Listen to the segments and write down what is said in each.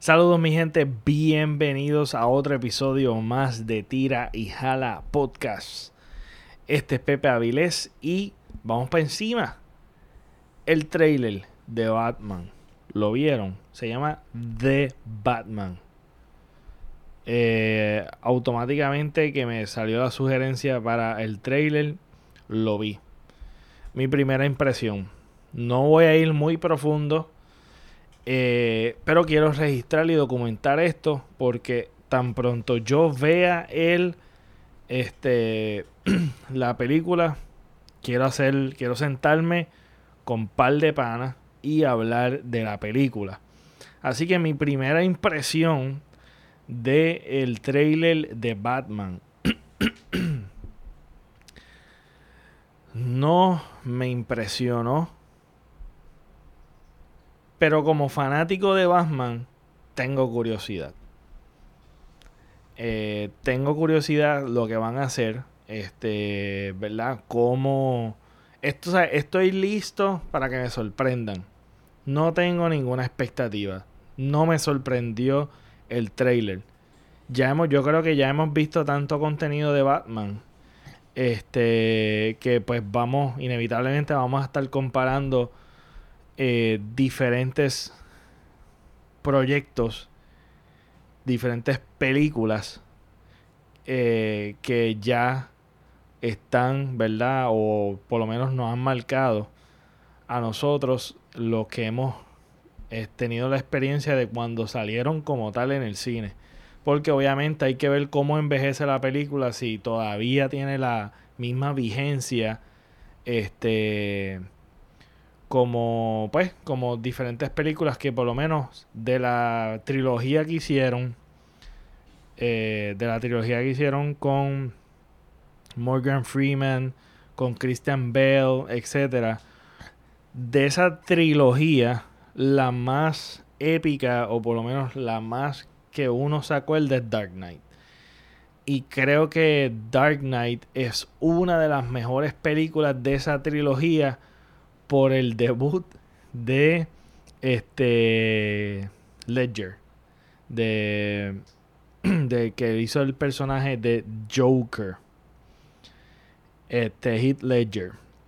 Saludos mi gente, bienvenidos a otro episodio más de Tira y Jala Podcast. Este es Pepe Avilés y vamos para encima. El trailer de Batman, ¿lo vieron? Se llama The Batman. Automáticamente que me salió la sugerencia para el trailer, lo vi. Mi primera impresión. No voy a ir muy profundo. Pero quiero registrar y documentar esto porque tan pronto yo vea la película, quiero sentarme con par de panas y hablar de la película. Así que mi primera impresión de el trailer de Batman no me impresionó. Pero como fanático de Batman, tengo curiosidad. Tengo curiosidad lo que van a hacer. ¿Verdad? Cómo. Esto, o sea, estoy listo para que me sorprendan. No tengo ninguna expectativa. No me sorprendió el trailer. Yo creo que ya hemos visto tanto contenido de Batman. Que pues inevitablemente vamos a estar comparando diferentes proyectos, diferentes películas que ya están, ¿verdad? O por lo menos nos han marcado a nosotros los que hemos tenido la experiencia de cuando salieron como tal en el cine. Porque obviamente hay que ver cómo envejece la película, si todavía tiene la misma vigencia, como diferentes películas que por lo menos de la trilogía que hicieron, con Morgan Freeman, con Christian Bale, etcétera. De esa trilogía, la más épica, o por lo menos la más que uno se acuerda, es Dark Knight. Y creo que Dark Knight es una de las mejores películas de esa trilogía por el debut de Ledger, de que hizo el personaje de Joker, Heath Ledger,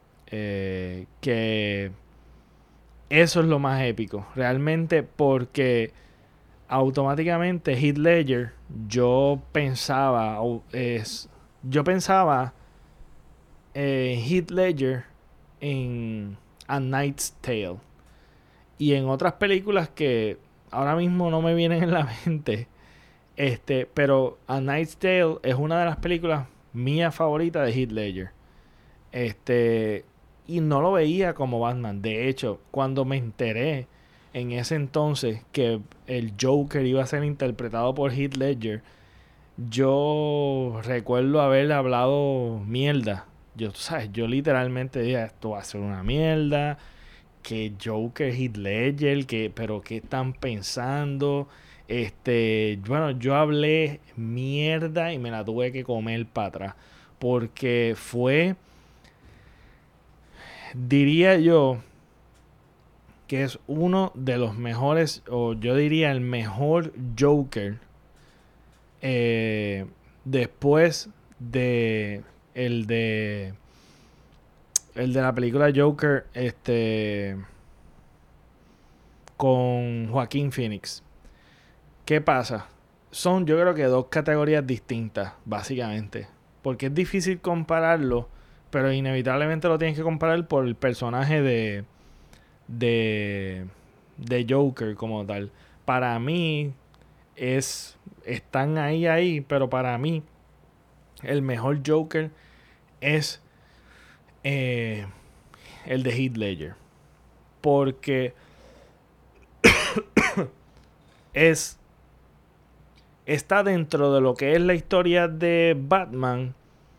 que eso es lo más épico realmente, porque automáticamente Heath Ledger, yo pensaba Heath Ledger en A Knight's Tale y en otras películas que ahora mismo no me vienen en la mente. Pero A Knight's Tale es una de las películas mías favoritas de Heath Ledger. Y no lo veía como Batman. De hecho, cuando me enteré en ese entonces que el Joker iba a ser interpretado por Heath Ledger, yo recuerdo haber hablado mierda. Yo literalmente dije, esto va a ser una mierda. Que Joker, Heath Ledger, pero ¿qué están pensando? Bueno, yo hablé mierda y me la tuve que comer para atrás. Porque diría yo, que es uno de los mejores, o yo diría el mejor Joker, después de el de el de la película Joker, con Joaquín Phoenix. ¿Qué pasa? Son, yo creo que dos categorías distintas, básicamente. Porque es difícil compararlo, pero inevitablemente lo tienes que comparar por el personaje de, de Joker como tal. Para mí, están ahí, pero para mí, el mejor Joker es el de Heath Ledger. Porque es está dentro de lo que es la historia de Batman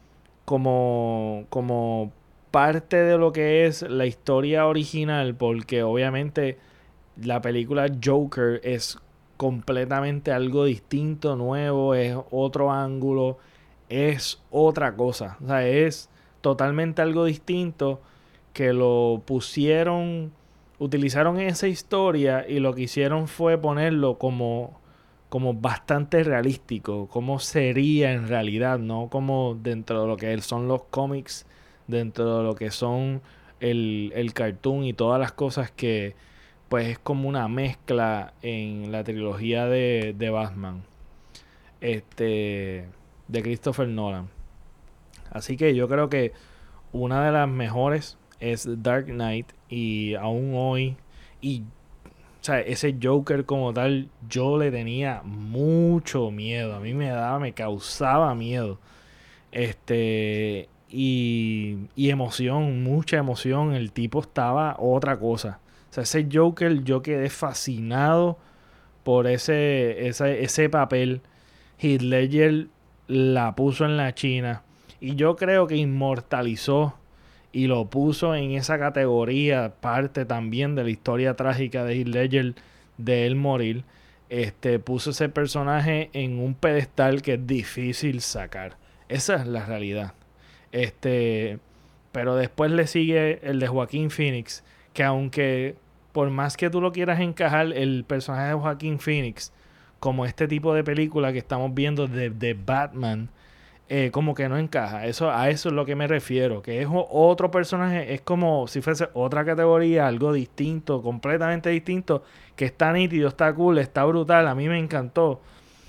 como parte de lo que es la historia original, porque obviamente la película Joker es completamente algo distinto, nuevo, es otro ángulo, es otra cosa, o sea, es totalmente algo distinto que lo pusieron utilizaron esa historia y lo que hicieron fue ponerlo como bastante realístico, como sería en realidad, no como dentro de lo que son los cómics, dentro de lo que son el cartoon y todas las cosas que pues es como una mezcla en la trilogía de Batman, de Christopher Nolan. Así que yo creo que una de las mejores es Dark Knight y aún hoy, y o sea, ese Joker como tal, yo le tenía mucho miedo. A mí me causaba miedo. Y emoción, mucha emoción. El tipo estaba otra cosa. O sea, ese Joker, yo quedé fascinado por ese papel. Heath Ledger la puso en la China. Y yo creo que inmortalizó y lo puso en esa categoría, parte también de la historia trágica de Heath Ledger, de él morir. Puso ese personaje en un pedestal que es difícil sacar. Esa es la realidad. Este, pero después le sigue el de Joaquín Phoenix, que aunque por más que tú lo quieras encajar, el personaje de Joaquín Phoenix, como este tipo de película que estamos viendo de Batman, como que no encaja. A eso es lo que me refiero. Que es otro personaje, es como si fuese otra categoría, algo distinto, completamente distinto, que está nítido, está cool, está brutal, a mí me encantó.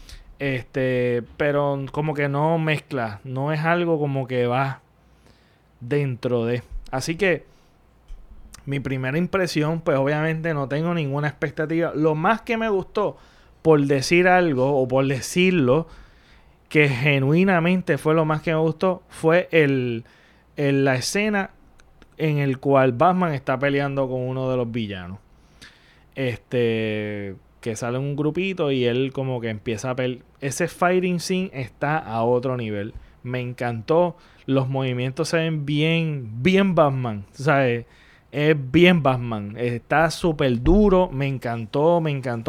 Pero como que no mezcla, no es algo como que va dentro de. Así que mi primera impresión, pues obviamente no tengo ninguna expectativa. Lo más que me gustó, por decir algo o por decirlo, que genuinamente fue lo más que me gustó, fue la escena en el cual Batman está peleando con uno de los villanos. Que sale un grupito y él como que empieza a pelear. Ese fighting scene está a otro nivel. Me encantó. Los movimientos se ven bien Batman. ¿Sabes? Es bien Batman. Está súper duro. Me encantó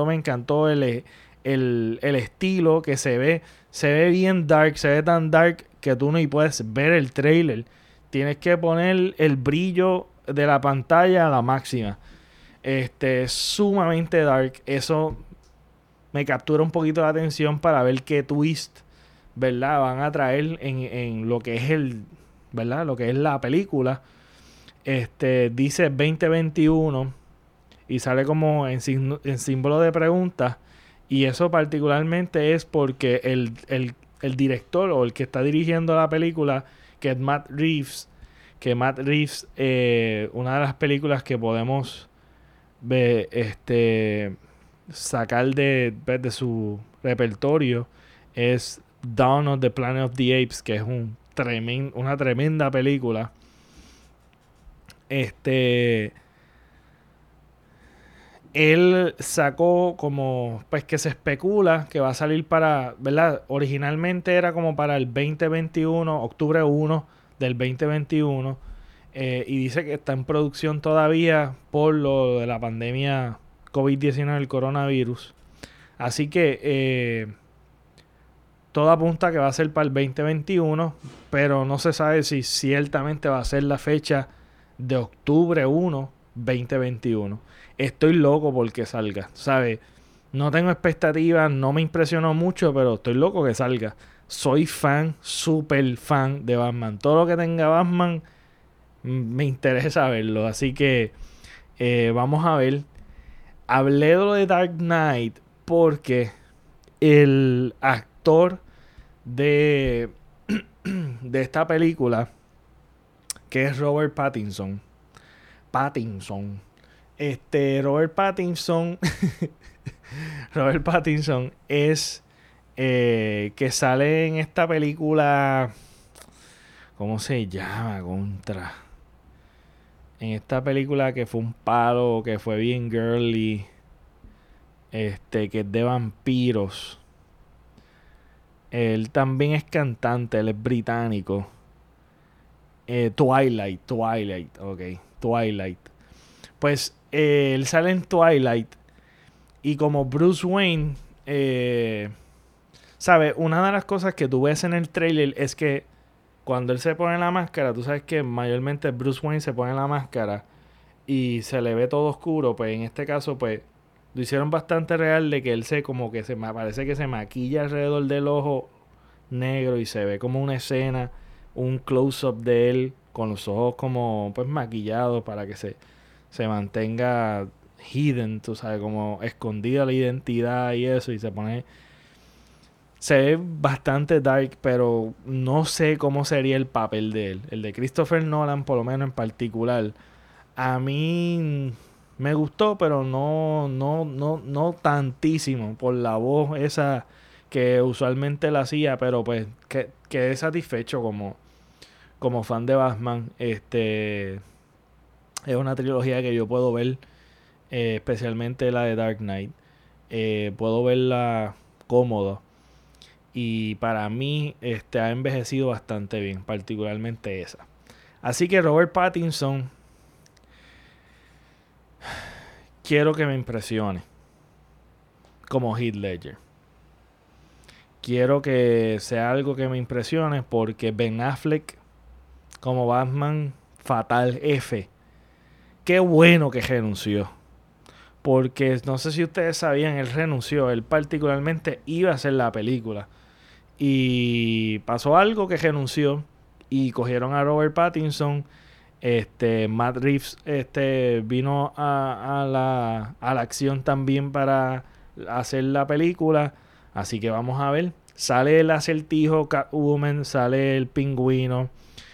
el estilo que se ve. Se ve bien dark. Se ve tan dark que tú no puedes ver el trailer. Tienes que poner el brillo de la pantalla a la máxima. Sumamente dark. Eso me captura un poquito la atención para ver qué twist, ¿verdad? Van a traer en lo que es ¿verdad? Lo que es la película. Dice 2021 y sale como en símbolo de pregunta. Y eso particularmente es porque el director o el que está dirigiendo la película, que es Matt Reeves, una de las películas que podemos sacar de su repertorio es Dawn of the Planet of the Apes, que es una tremenda película. Él sacó como, pues que se especula que va a salir para, ¿verdad? Originalmente era como para el 2021, octubre 1 del 2021. Y dice que está en producción todavía por lo de la pandemia COVID-19, el coronavirus. Así que todo apunta a que va a ser para el 2021, pero no se sabe si ciertamente va a ser la fecha de octubre 1, 2021. Estoy loco porque salga, ¿sabes? No tengo expectativas, no me impresionó mucho, pero estoy loco que salga. Soy fan, súper fan de Batman. Todo lo que tenga Batman me interesa verlo. Así que vamos a ver. Hablé de lo de Dark Knight porque el actor de esta película, que es Robert Pattinson. Robert Pattinson Robert Pattinson es que sale en esta película. ¿Cómo se llama? En esta película que fue un palo, que fue bien girly, que es de vampiros. Él también es cantante, él es británico. Twilight, ok, Twilight. Pues él sale en Twilight y como Bruce Wayne, ¿sabes? Una de las cosas que tú ves en el trailer es que cuando él se pone la máscara, tú sabes que mayormente Bruce Wayne se pone la máscara y se le ve todo oscuro, pues en este caso pues lo hicieron bastante real de que él como que parece que se maquilla alrededor del ojo negro y se ve como una escena, un close-up de él con los ojos como pues maquillados para que se mantenga hidden, tú sabes, como escondida la identidad y eso, y se ve bastante dark, pero no sé cómo sería el papel de él. El de Christopher Nolan, por lo menos en particular, a mí me gustó, pero no tantísimo por la voz esa que usualmente la hacía, pero pues quedé satisfecho como fan de Batman. Es una trilogía que yo puedo ver, especialmente la de Dark Knight. Puedo verla cómodo. Y para mí ha envejecido bastante bien, particularmente esa. Así que Robert Pattinson, quiero que me impresione como Heath Ledger. Quiero que sea algo que me impresione porque Ben Affleck como Batman, fatal F. Qué bueno que renunció. Porque no sé si ustedes sabían, él renunció. Él particularmente iba a hacer la película. Y pasó algo que renunció. Y cogieron a Robert Pattinson. Matt Reeves vino a la acción también para hacer la película. Así que vamos a ver. Sale el Acertijo, Catwoman, sale el Pingüino.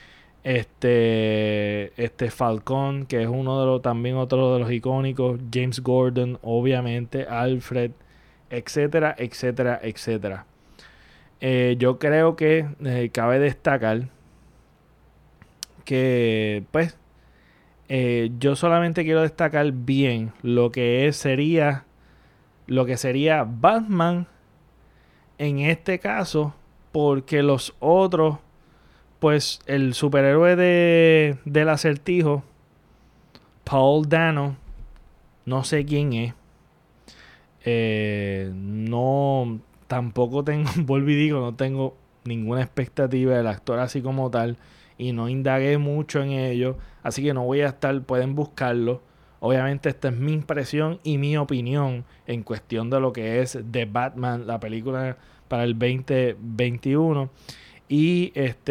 Falcón, que es uno de los, también otro de los icónicos. James Gordon, obviamente. Alfred, etcétera, etcétera, etcétera. Yo creo que cabe destacar que, pues, yo solamente quiero destacar bien lo que sería Batman en este caso, porque los otros, pues el superhéroe del Acertijo, Paul Dano, no sé quién es. No, tampoco tengo, vuelvo y digo, no tengo ninguna expectativa del actor así como tal y no indagué mucho en ello, así que no voy a estar, pueden buscarlo. Obviamente esta es mi impresión y mi opinión en cuestión de lo que es The Batman, la película para el 2021. Y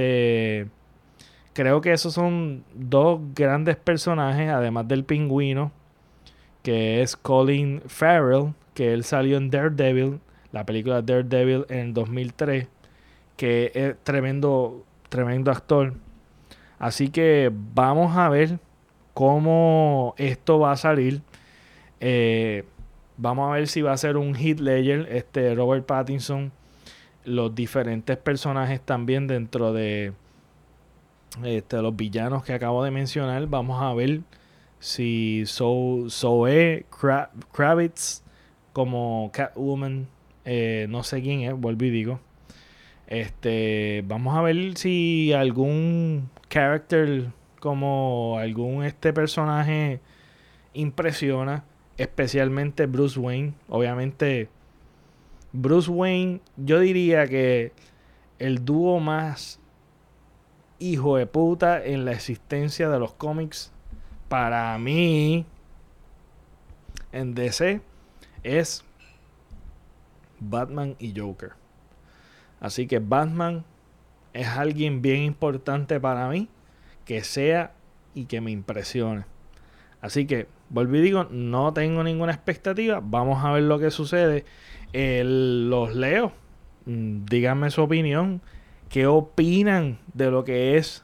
creo que esos son dos grandes personajes, además del Pingüino, que es Colin Farrell, que él salió en Daredevil, la película Daredevil en el 2003, que es tremendo actor. Así que vamos a ver cómo esto va a salir. Vamos a ver si va a ser un Heath Ledger, Robert Pattinson, los diferentes personajes también dentro de los villanos que acabo de mencionar. Vamos a ver si Zoe Kravitz como Catwoman, no sé quién es, vuelvo y digo. Vamos a ver si algún character como algún personaje impresiona, especialmente Bruce Wayne. Obviamente Bruce Wayne, yo diría que el dúo más hijo de puta en la existencia de los cómics para mí en DC es Batman y Joker. Así que Batman es alguien bien importante para mí, que sea y que me impresione. Así que, volví y digo, no tengo ninguna expectativa. Vamos a ver lo que sucede. Los leo. Díganme su opinión. ¿Qué opinan de lo que es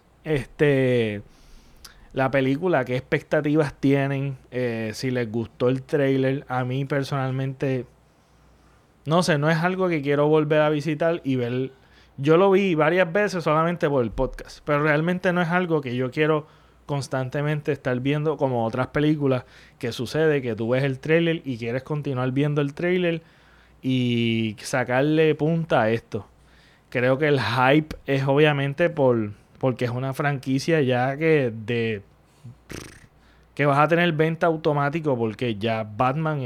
la película? ¿Qué expectativas tienen? Si les gustó el trailer. A mí personalmente, no sé, no es algo que quiero volver a visitar y ver. Yo lo vi varias veces solamente por el podcast, pero realmente no es algo que yo quiero constantemente estar viendo como otras películas que sucede que tú ves el trailer y quieres continuar viendo el trailer y sacarle punta a esto. Creo que el hype es obviamente porque es una franquicia ya que vas a tener venta automático porque ya Batman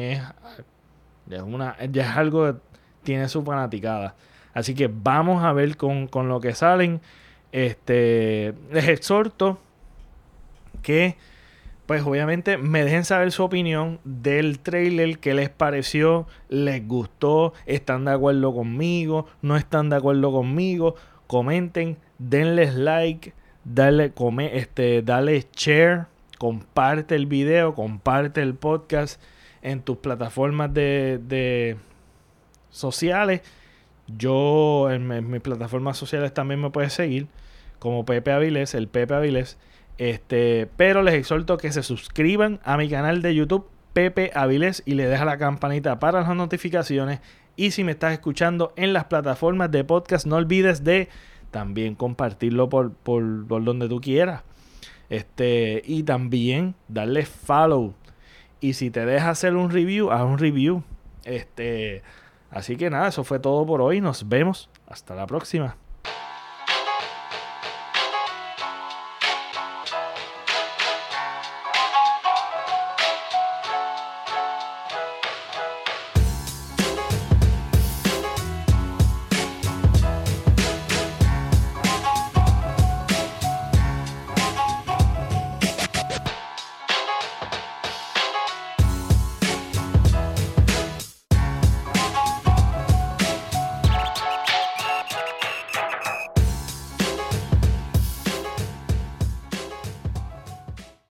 ya es algo que tiene su fanaticada. Así que vamos a ver con lo que salen. Les exhorto que pues obviamente me dejen saber su opinión del trailer, qué les pareció, les gustó, están de acuerdo conmigo, no están de acuerdo conmigo. Comenten, denles like, dale share, comparte el video, comparte el podcast en tus plataformas de sociales. Yo en mis plataformas sociales también me puedes seguir como Pepe Avilés, el Pepe Avilés. Pero les exhorto que se suscriban a mi canal de YouTube Pepe Avilés y le deja la campanita para las notificaciones. Y si me estás escuchando en las plataformas de podcast, no olvides de también compartirlo por donde tú quieras. Y también darle follow. Y si te deja hacer un review, haz un review. Así que nada, eso fue todo por hoy. Nos vemos. Hasta la próxima.